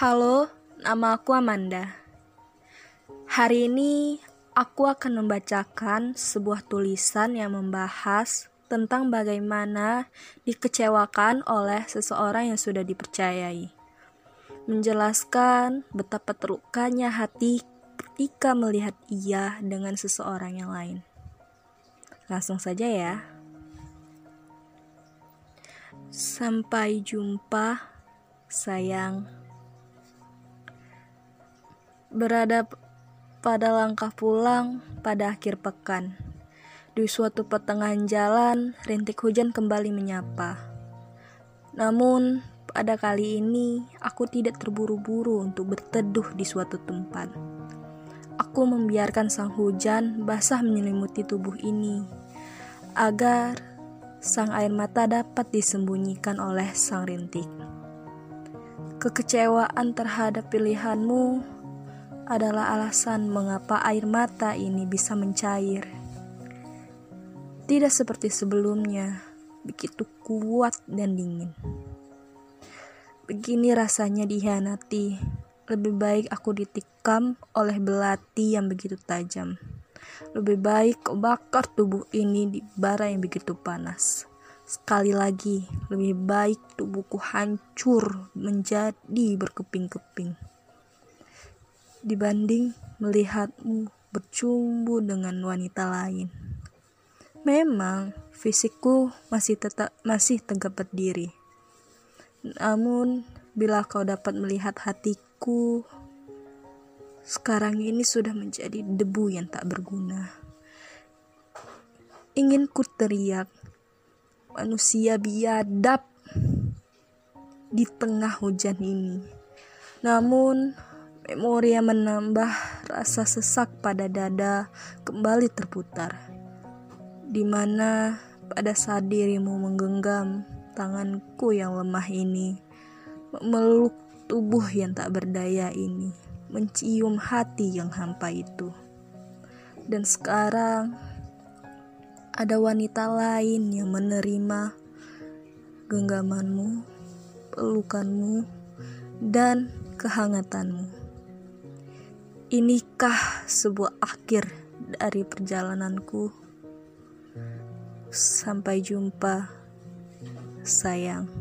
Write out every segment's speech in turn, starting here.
Halo, nama aku Amanda. Hari ini aku akan membacakan sebuah tulisan yang membahas tentang bagaimana dikecewakan oleh seseorang yang sudah dipercayai. Menjelaskan betapa terlukanya hati ketika melihat ia dengan seseorang yang lain. Langsung saja ya. Sampai jumpa, sayang. Berada pada langkah pulang pada akhir pekan. Di suatu pertengahan jalan, rintik hujan kembali menyapa. Namun, pada kali ini, aku tidak terburu-buru untuk berteduh di suatu tempat. Aku membiarkan sang hujan basah menyelimuti tubuh ini, agar sang air mata dapat disembunyikan oleh sang rintik. Kekecewaan terhadap pilihanmu adalah alasan mengapa air mata ini bisa mencair. Tidak seperti sebelumnya, begitu kuat dan dingin. Begini rasanya dihianati. Lebih baik aku ditikam oleh belati yang begitu tajam. Lebih baik kau bakar tubuh ini di bara yang begitu panas. Sekali lagi, lebih baik tubuhku hancur menjadi berkeping-keping dibanding melihatmu bercumbu dengan wanita lain. Memang fisikku masih tegap berdiri. Namun bila kau dapat melihat hatiku, sekarang ini sudah menjadi debu yang tak berguna. Ingin ku teriak, manusia biadab di tengah hujan ini. Namun memori yang menambah rasa sesak pada dada kembali terputar, di mana pada saat dirimu menggenggam tanganku yang lemah ini, memeluk tubuh yang tak berdaya ini, mencium hati yang hampa itu. Dan sekarang ada wanita lain yang menerima genggamanmu, pelukanmu, dan kehangatanmu. Inikah sebuah akhir dari perjalananku? Sampai jumpa, sayang.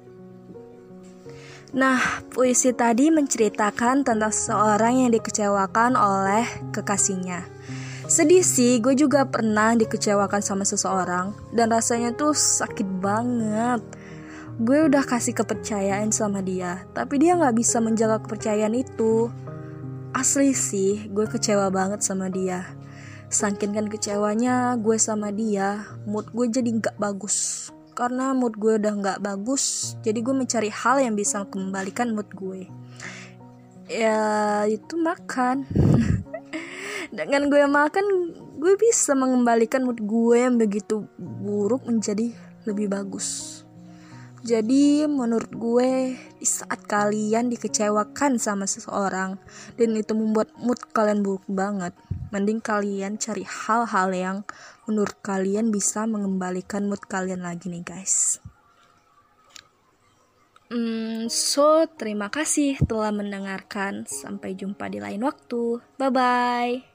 Nah, puisi tadi menceritakan tentang seseorang yang dikecewakan oleh kekasihnya. Sedih sih, gue juga pernah dikecewakan sama seseorang dan rasanya tuh sakit banget. Gue udah kasih kepercayaan sama dia, tapi dia gak bisa menjaga kepercayaan itu. Asli sih, gue kecewa banget sama dia. Saking kan kecewanya gue sama dia, mood gue jadi gak bagus. Karena mood gue udah gak bagus, jadi gue mencari hal yang bisa kembalikan mood gue. Ya, itu makan. Dengan gue makan, gue bisa mengembalikan mood gue yang begitu buruk menjadi lebih bagus. Jadi menurut gue, di saat kalian dikecewakan sama seseorang dan itu membuat mood kalian buruk banget, mending kalian cari hal-hal yang menurut kalian bisa mengembalikan mood kalian lagi nih guys. So terima kasih telah mendengarkan. Sampai jumpa di lain waktu. Bye bye.